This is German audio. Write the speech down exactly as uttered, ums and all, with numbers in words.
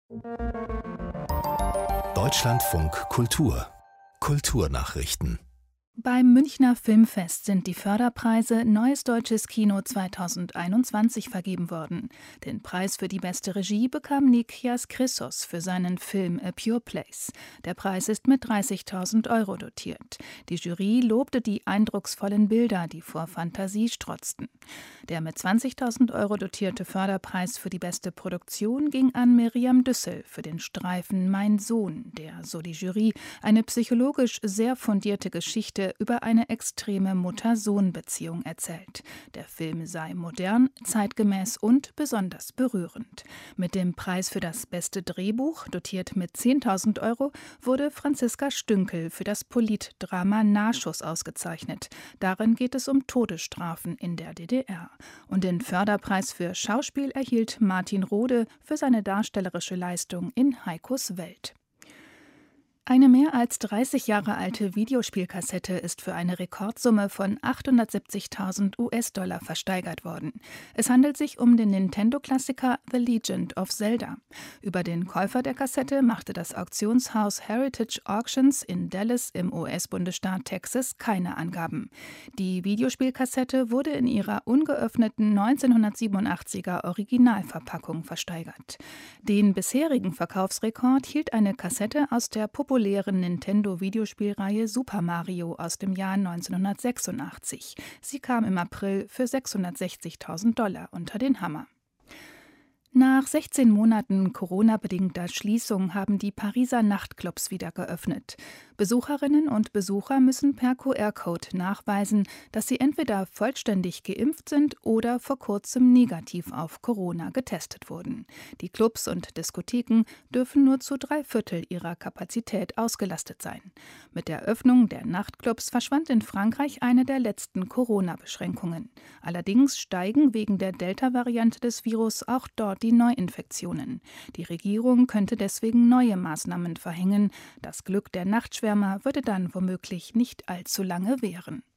Deutschlandfunk Kultur Kulturnachrichten. Beim Münchner Filmfest sind die Förderpreise Neues Deutsches Kino zweitausendeinundzwanzig vergeben worden. Den Preis für die beste Regie bekam Nikias Chrysos für seinen Film A Pure Place. Der Preis ist mit dreißigtausend Euro dotiert. Die Jury lobte die eindrucksvollen Bilder, die vor Fantasie strotzten. Der mit zwanzigtausend Euro dotierte Förderpreis für die beste Produktion ging an Miriam Düssel für den Streifen Mein Sohn, der, so die Jury, eine psychologisch sehr fundierte Geschichte über eine extreme Mutter-Sohn-Beziehung erzählt. Der Film sei modern, zeitgemäß und besonders berührend. Mit dem Preis für das beste Drehbuch, dotiert mit zehntausend Euro, wurde Franziska Stünkel für das Politdrama Nahschuss ausgezeichnet. Darin geht es um Todesstrafen in der D D R. Und den Förderpreis für Schauspiel erhielt Martin Rohde für seine darstellerische Leistung in Heikos Welt. Eine mehr als dreißig Jahre alte Videospielkassette ist für eine Rekordsumme von achthundertsiebzigtausend US-Dollar versteigert worden. Es handelt sich um den Nintendo-Klassiker The Legend of Zelda. Über den Käufer der Kassette machte das Auktionshaus Heritage Auctions in Dallas im U S-Bundesstaat Texas keine Angaben. Die Videospielkassette wurde in ihrer ungeöffneten neunzehnhundertsiebenundachtziger Originalverpackung versteigert. Den bisherigen Verkaufsrekord hielt eine Kassette aus der populären Nintendo-Videospielreihe Super Mario aus dem Jahr neunzehnhundertsechsundachtzig. Sie kam im April für sechshundertsechzigtausend Dollar unter den Hammer. Nach sechzehn Monaten Corona-bedingter Schließung haben die Pariser Nachtclubs wieder geöffnet. Besucherinnen und Besucher müssen per Q R-Code nachweisen, dass sie entweder vollständig geimpft sind oder vor kurzem negativ auf Corona getestet wurden. Die Clubs und Diskotheken dürfen nur zu drei Viertel ihrer Kapazität ausgelastet sein. Mit der Öffnung der Nachtclubs verschwand in Frankreich eine der letzten Corona-Beschränkungen. Allerdings steigen wegen der Delta-Variante des Virus auch dort die Neuinfektionen. Die Regierung könnte deswegen neue Maßnahmen verhängen. Das Glück der Nachtschwärmer würde dann womöglich nicht allzu lange währen.